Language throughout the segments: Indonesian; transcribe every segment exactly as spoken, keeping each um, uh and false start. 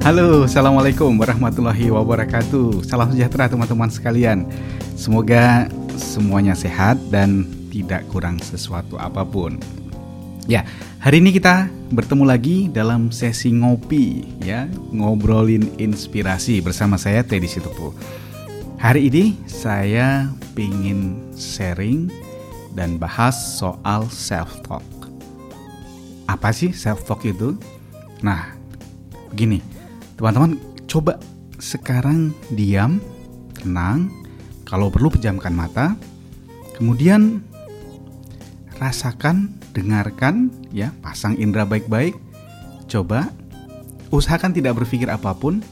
Halo, Assalamualaikum warahmatullahi wabarakatuh. Salam sejahtera teman-teman sekalian. Semoga semuanya sehat dan tidak kurang sesuatu apapun. Ya, hari ini kita bertemu lagi dalam sesi ngopi, ya, ngobrolin inspirasi bersama saya Teddy Sitopo. Hari ini saya ingin sharing dan bahas soal self-talk. Apa sih self-talk itu? Nah, begini, teman-teman, coba sekarang diam, tenang, kalau perlu pejamkan mata, kemudian rasakan, dengarkan, ya, pasang indera baik-baik, coba usahakan tidak berpikir apapun.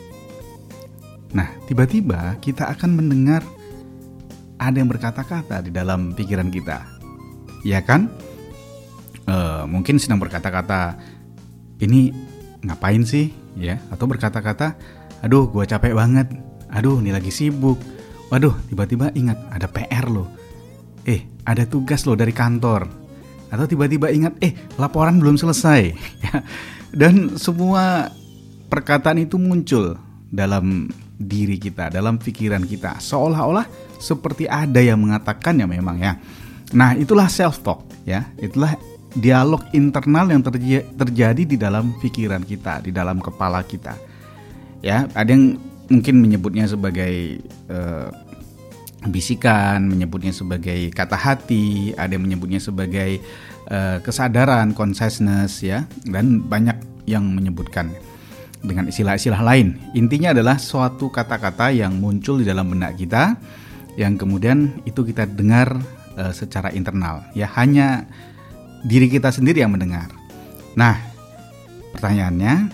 Nah, tiba-tiba kita akan mendengar ada yang berkata-kata di dalam pikiran kita, ya kan? E, mungkin sedang berkata-kata, ini ngapain sih? Ya, atau berkata-kata, aduh gue capek banget, aduh ini lagi sibuk, waduh tiba-tiba ingat ada P R loh, eh ada tugas loh dari kantor, atau tiba-tiba ingat eh laporan belum selesai. Dan semua perkataan itu muncul dalam diri kita, dalam pikiran kita, seolah-olah seperti ada yang mengatakannya memang, ya. Nah, itulah self-talk, ya, itulah dialog internal yang terj- terjadi di dalam pikiran kita, di dalam kepala kita. Ya, ada yang mungkin menyebutnya sebagai uh, bisikan, menyebutnya sebagai kata hati, ada yang menyebutnya sebagai uh, kesadaran, consciousness, ya, dan banyak yang menyebutkan dengan istilah-istilah lain. Intinya adalah suatu kata-kata yang muncul di dalam benak kita, yang kemudian itu kita dengar uh, secara internal. Ya, hanya diri kita sendiri yang mendengar. Nah, pertanyaannya,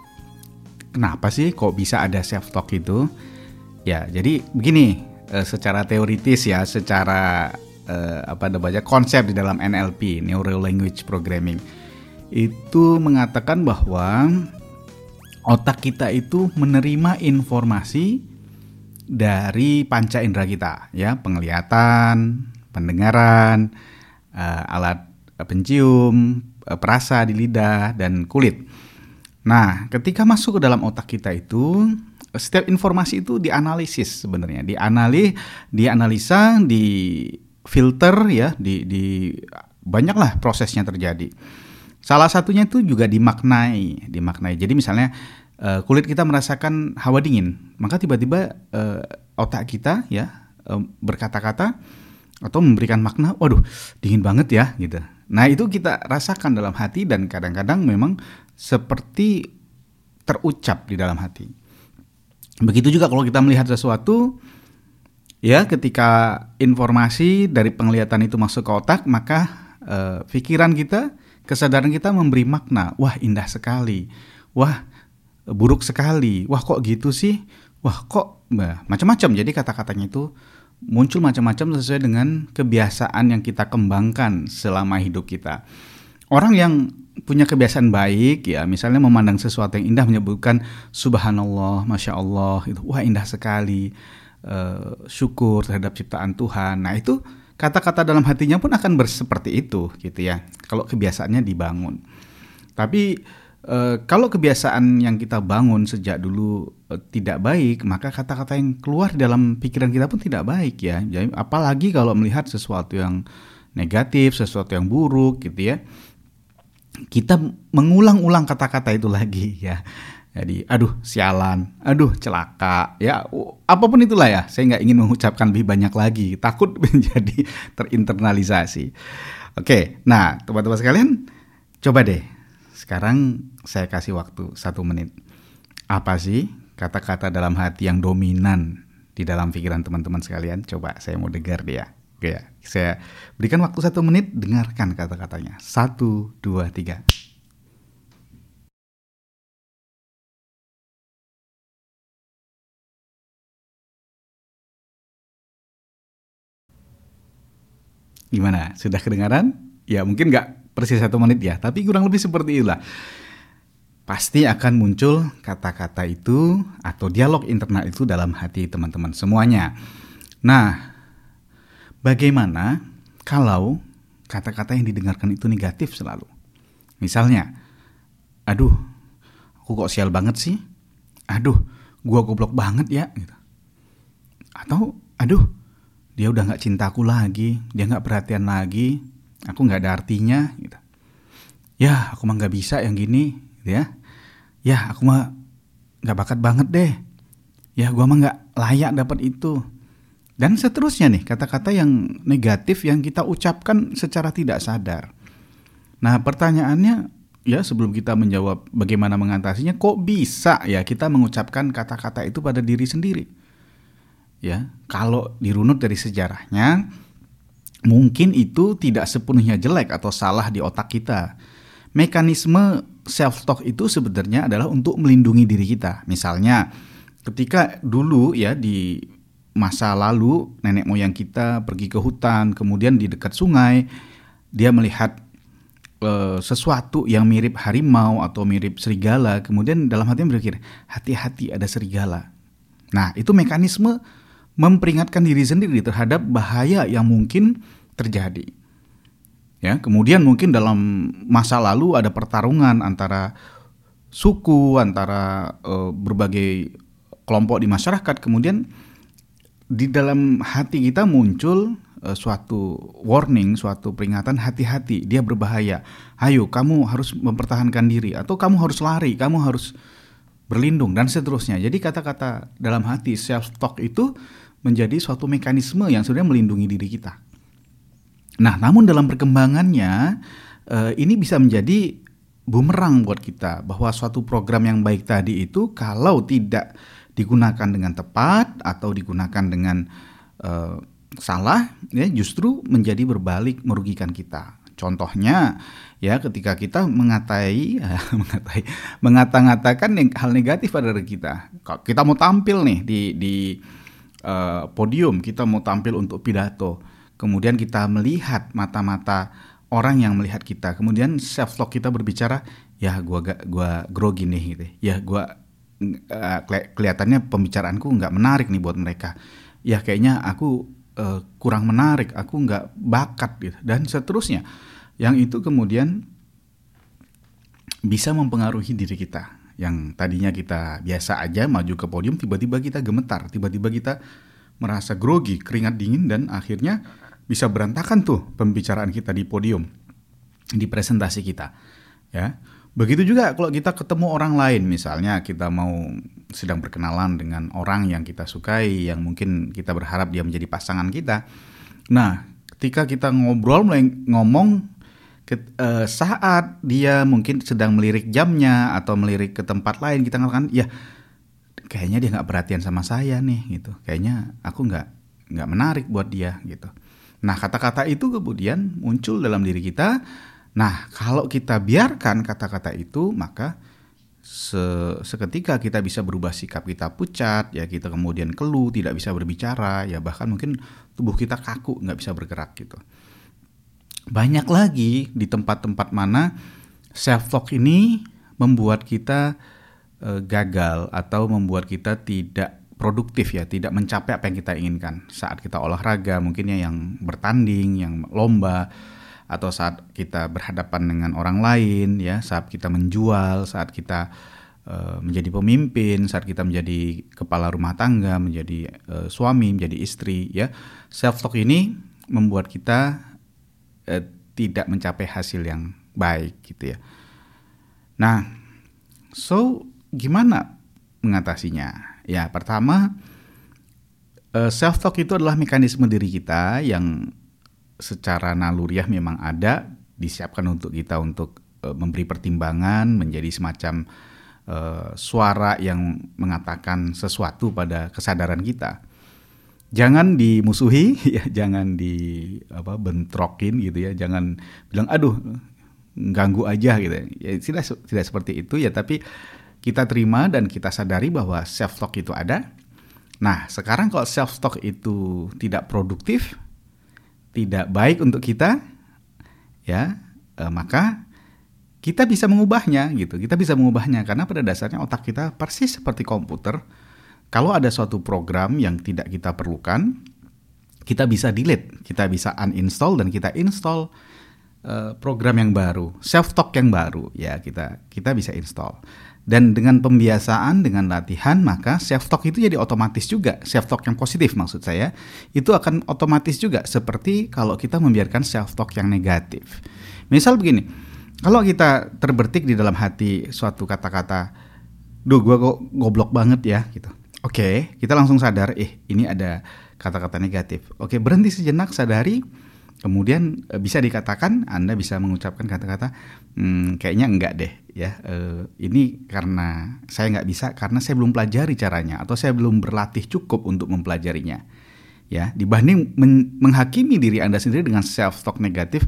kenapa sih kok bisa ada self-talk itu? Ya, jadi begini, e, secara teoritis, ya, secara e, apa namanya, konsep di dalam N L P, Neuro Language Programming, itu mengatakan bahwa otak kita itu menerima informasi dari panca indera kita, ya, penglihatan, pendengaran, e, alat pencium, perasa di lidah, dan kulit. Nah, ketika masuk ke dalam otak kita itu, setiap informasi itu dianalisis sebenarnya, dianali, dianalisa, difilter, ya, di, di banyaklah prosesnya terjadi. Salah satunya itu juga dimaknai, dimaknai. Jadi misalnya kulit kita merasakan hawa dingin, maka tiba-tiba otak kita, ya, berkata-kata atau memberikan makna, waduh, dingin banget ya, gitu. Nah, itu kita rasakan dalam hati dan kadang-kadang memang seperti terucap di dalam hati. Begitu juga kalau kita melihat sesuatu, ya, ketika informasi dari penglihatan itu masuk ke otak, maka eh, pikiran kita, kesadaran kita memberi makna, wah indah sekali, wah buruk sekali, wah kok gitu sih, wah kok bah, macam-macam. Jadi kata-katanya itu muncul macam-macam sesuai dengan kebiasaan yang kita kembangkan selama hidup kita. Orang yang punya kebiasaan baik, ya, misalnya memandang sesuatu yang indah menyebutkan subhanallah, masya Allah, itu wah indah sekali, uh, syukur terhadap ciptaan Tuhan. Nah, itu kata-kata dalam hatinya pun akan berseperti itu, gitu ya, kalau kebiasaannya dibangun. Tapi Uh, kalau kebiasaan yang kita bangun sejak dulu uh, tidak baik, maka kata-kata yang keluar dalam pikiran kita pun tidak baik, ya. Jadi apalagi kalau melihat sesuatu yang negatif, sesuatu yang buruk, gitu ya, kita mengulang-ulang kata-kata itu lagi, ya. Jadi, aduh sialan, aduh celaka, ya, apapun itulah, ya. Saya nggak ingin mengucapkan lebih banyak lagi, takut menjadi terinternalisasi. Oke, nah teman-teman sekalian, coba deh. Sekarang saya kasih waktu satu menit. Apa sih kata-kata dalam hati yang dominan di dalam pikiran teman-teman sekalian? Coba saya mau dengar dia. Oke, ya. Saya berikan waktu satu menit, dengarkan kata-katanya. Satu, dua, tiga. Gimana? Sudah kedengaran? Ya mungkin nggak persis satu menit, ya, tapi kurang lebih seperti itulah. Pasti akan muncul kata-kata itu atau dialog internal itu dalam hati teman-teman semuanya. Nah, bagaimana kalau kata-kata yang didengarkan itu negatif selalu? Misalnya, aduh, aku kok sial banget sih, aduh, gua goblok banget ya, gitu. Atau, aduh, dia udah nggak cintaku lagi, dia nggak perhatian lagi, aku nggak ada artinya, gitu. Ya, aku mah nggak bisa yang gini, gitu ya. Ya, aku mah nggak bakat banget deh. Ya, gua mah nggak layak dapat itu. Dan seterusnya nih, kata-kata yang negatif yang kita ucapkan secara tidak sadar. Nah, pertanyaannya, ya sebelum kita menjawab bagaimana mengatasinya, kok bisa ya kita mengucapkan kata-kata itu pada diri sendiri? Ya, kalau dirunut dari sejarahnya, mungkin itu tidak sepenuhnya jelek atau salah di otak kita. Mekanisme self-talk itu sebenarnya adalah untuk melindungi diri kita. Misalnya, ketika dulu ya di masa lalu nenek moyang kita pergi ke hutan, kemudian di dekat sungai, dia melihat e, sesuatu yang mirip harimau atau mirip serigala, kemudian dalam hatinya berpikir, hati-hati ada serigala. Nah, itu mekanisme memperingatkan diri sendiri terhadap bahaya yang mungkin terjadi. Ya, kemudian mungkin dalam masa lalu ada pertarungan antara suku, antara e, berbagai kelompok di masyarakat. Kemudian di dalam hati kita muncul e, suatu warning, suatu peringatan, hati-hati, dia berbahaya. Ayo, kamu harus mempertahankan diri, atau kamu harus lari, kamu harus berlindung, dan seterusnya. Jadi kata-kata dalam hati, self-talk itu menjadi suatu mekanisme yang sebenarnya melindungi diri kita. Nah, namun dalam perkembangannya eh, ini bisa menjadi bumerang buat kita, bahwa suatu program yang baik tadi itu kalau tidak digunakan dengan tepat atau digunakan dengan eh, salah, ya justru menjadi berbalik merugikan kita. Contohnya ya ketika kita mengatai, mengatai mengata-ngatakan hal negatif pada diri kita. Kita mau tampil nih di di Uh, podium, kita mau tampil untuk pidato, kemudian kita melihat mata-mata orang yang melihat kita, kemudian self talk kita berbicara, ya gua gak, gua grogi nih gitu, ya gua uh, kelihatannya pembicaraanku nggak menarik nih buat mereka, ya kayaknya aku uh, kurang menarik, aku nggak bakat gitu, dan seterusnya, yang itu kemudian bisa mempengaruhi diri kita. Yang tadinya kita biasa aja maju ke podium, tiba-tiba kita gemetar, tiba-tiba kita merasa grogi, keringat dingin, dan akhirnya bisa berantakan tuh pembicaraan kita di podium, di presentasi kita. Ya, begitu juga kalau kita ketemu orang lain, misalnya kita mau sedang berkenalan dengan orang yang kita sukai, yang mungkin kita berharap dia menjadi pasangan kita. Nah, ketika kita ngobrol, mulai ngomong, saat dia mungkin sedang melirik jamnya atau melirik ke tempat lain, kita ngatakan, ya kayaknya dia nggak perhatian sama saya nih gitu, kayaknya aku nggak nggak menarik buat dia gitu. Nah, kata-kata itu kemudian muncul dalam diri kita. Nah, kalau kita biarkan kata-kata itu, maka se- seketika kita bisa berubah sikap, kita pucat, ya kita kemudian keluh, tidak bisa berbicara, ya bahkan mungkin tubuh kita kaku, nggak bisa bergerak gitu. Banyak lagi di tempat-tempat mana self-talk ini membuat kita e, gagal atau membuat kita tidak produktif, ya, tidak mencapai apa yang kita inginkan. Saat kita olahraga, mungkinnya yang bertanding, yang lomba, atau saat kita berhadapan dengan orang lain, ya, saat kita menjual, saat kita e, menjadi pemimpin, saat kita menjadi kepala rumah tangga, menjadi e, suami, menjadi istri, ya. Self-talk ini membuat kita Eh, tidak mencapai hasil yang baik gitu ya. Nah, so gimana mengatasinya? Ya, pertama, eh, self talk itu adalah mekanisme diri kita yang secara naluriah memang ada, disiapkan untuk kita untuk eh, memberi pertimbangan, menjadi semacam eh, suara yang mengatakan sesuatu pada kesadaran kita. Jangan dimusuhi, ya, jangan di apa bentrokin gitu ya, jangan bilang aduh ganggu aja gitu. Ya tidak tidak seperti itu ya, tapi kita terima dan kita sadari bahwa self talk itu ada. Nah, sekarang kalau self talk itu tidak produktif, tidak baik untuk kita, ya, eh, maka kita bisa mengubahnya gitu. Kita bisa mengubahnya karena pada dasarnya otak kita persis seperti komputer. Kalau ada suatu program yang tidak kita perlukan, kita bisa delete, kita bisa uninstall, dan kita install uh, program yang baru, self-talk yang baru, ya kita kita bisa install. Dan dengan pembiasaan, dengan latihan, maka self-talk itu jadi otomatis juga. Self-talk yang positif maksud saya, itu akan otomatis juga seperti kalau kita membiarkan self-talk yang negatif. Misal begini, kalau kita terbertik di dalam hati suatu kata-kata, duh gue kok goblok banget ya gitu. Oke, kita langsung sadar, eh ini ada kata-kata negatif. Oke, berhenti sejenak, sadari. Kemudian bisa dikatakan, Anda bisa mengucapkan kata-kata, hmm, kayaknya enggak deh ya. E, ini karena saya nggak bisa, karena saya belum pelajari caranya, atau saya belum berlatih cukup untuk mempelajarinya. Ya, dibanding men- menghakimi diri Anda sendiri dengan self-talk negatif,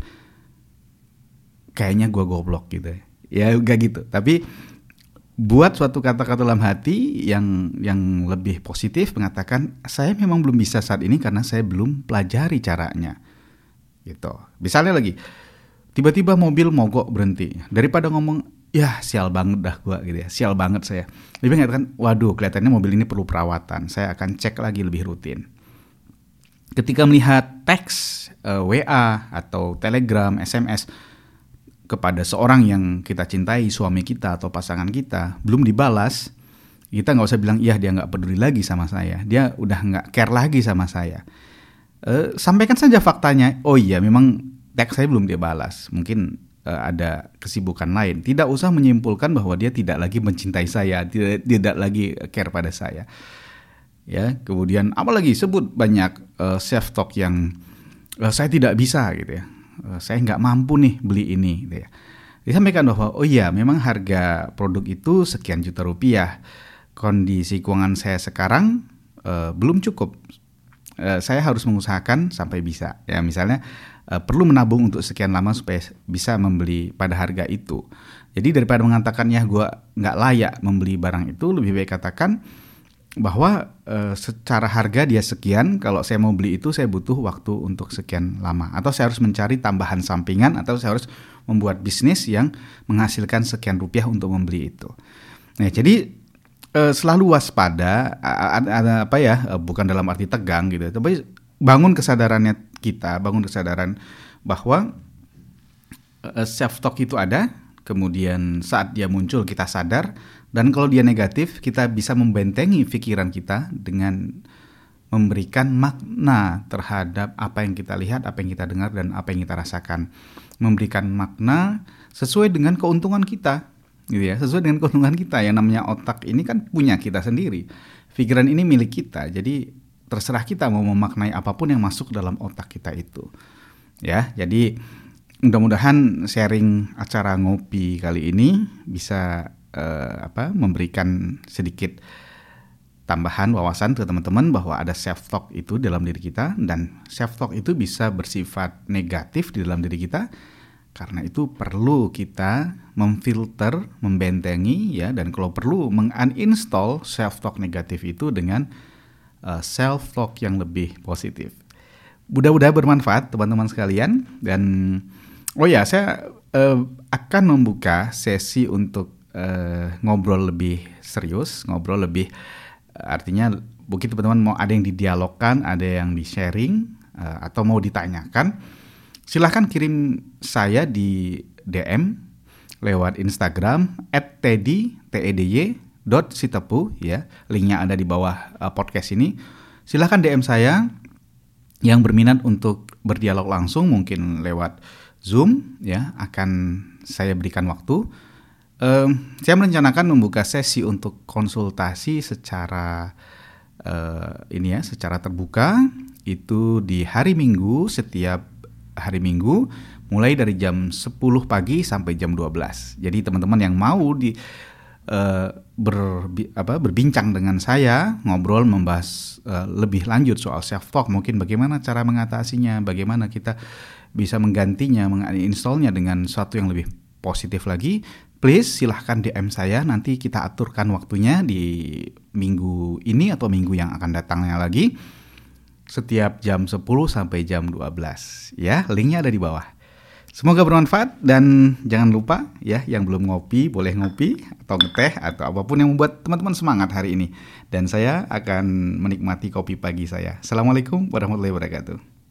kayaknya gue goblok gitu. Ya, enggak gitu. Tapi buat suatu kata-kata dalam hati yang yang lebih positif, mengatakan saya memang belum bisa saat ini karena saya belum pelajari caranya. Gitu. Misalnya lagi, tiba-tiba mobil mogok berhenti. Daripada ngomong, ya sial banget dah gua gitu ya, sial banget saya. Lebih mengatakan, waduh kelihatannya mobil ini perlu perawatan. Saya akan cek lagi lebih rutin. Ketika melihat teks uh, W A atau Telegram, S M S kepada seorang yang kita cintai, suami kita atau pasangan kita, belum dibalas, kita nggak usah bilang, iya dia nggak peduli lagi sama saya. Dia udah nggak care lagi sama saya. Uh, sampaikan saja faktanya. Oh iya, memang teks saya belum dia balas. Mungkin uh, ada kesibukan lain. Tidak usah menyimpulkan bahwa dia tidak lagi mencintai saya, tidak tidak lagi care pada saya. Ya, kemudian apalagi sebut banyak uh, self talk yang uh, saya tidak bisa gitu ya. Uh, saya nggak mampu nih beli ini gitu ya. Disampaikan bahwa oh iya, memang harga produk itu sekian juta rupiah. Kondisi keuangan saya sekarang uh, belum cukup. Uh, saya harus mengusahakan sampai bisa. Ya, misalnya uh, perlu menabung untuk sekian lama supaya bisa membeli pada harga itu. Jadi daripada mengatakan ya gue nggak layak membeli barang itu, lebih baik katakan bahwa uh, secara harga dia sekian. Kalau saya mau beli itu saya butuh waktu untuk sekian lama. Atau saya harus mencari tambahan sampingan, atau saya harus membuat bisnis yang menghasilkan sekian rupiah untuk membeli itu. Nah, jadi Uh, selalu waspada, ada, ada apa ya, uh, bukan dalam arti tegang gitu, tapi bangun kesadarannya kita, bangun kesadaran bahwa uh, self talk itu ada, kemudian saat dia muncul kita sadar, dan kalau dia negatif kita bisa membentengi pikiran kita dengan memberikan makna terhadap apa yang kita lihat, apa yang kita dengar, dan apa yang kita rasakan, memberikan makna sesuai dengan keuntungan kita. Gitu ya, sesuai dengan keuntungan kita. Yang namanya otak ini kan punya kita sendiri, pikiran ini milik kita, jadi terserah kita mau memaknai apapun yang masuk dalam otak kita itu ya. Jadi mudah-mudahan sharing acara ngopi kali ini bisa eh, apa memberikan sedikit tambahan wawasan ke teman-teman bahwa ada self talk itu dalam diri kita, dan self talk itu bisa bersifat negatif di dalam diri kita. Karena itu perlu kita memfilter, membentengi ya, dan kalau perlu menguninstall self-talk negatif itu dengan uh, self-talk yang lebih positif. Mudah-mudahan bermanfaat teman-teman sekalian. Dan oh ya, saya uh, akan membuka sesi untuk uh, ngobrol lebih serius, ngobrol lebih uh, artinya mungkin teman-teman mau ada yang didialogkan, ada yang di-sharing, uh, atau mau ditanyakan. Silahkan kirim saya di D M lewat Instagram at teddy dot sitepu ya. Linknya ada di bawah uh, podcast ini. Silahkan D M saya yang berminat untuk berdialog langsung, mungkin lewat Zoom ya. Akan saya berikan waktu. Uh, saya merencanakan membuka sesi untuk konsultasi secara uh, ini ya, secara terbuka itu di hari Minggu, setiap hari Minggu mulai dari jam sepuluh pagi sampai jam dua belas. Jadi teman-teman yang mau di uh, ber, apa, berbincang dengan saya, ngobrol membahas uh, lebih lanjut soal self talk, mungkin bagaimana cara mengatasinya, bagaimana kita bisa menggantinya, menginstallnya dengan sesuatu yang lebih positif lagi, please silahkan D M saya, nanti kita aturkan waktunya di minggu ini atau minggu yang akan datangnya lagi. Setiap jam sepuluh sampai jam dua belas ya, linknya ada di bawah. Semoga bermanfaat, dan jangan lupa ya, yang belum ngopi boleh ngopi atau ngeteh atau apapun yang membuat teman-teman semangat hari ini. Dan saya akan menikmati kopi pagi saya. Assalamualaikum warahmatullahi wabarakatuh.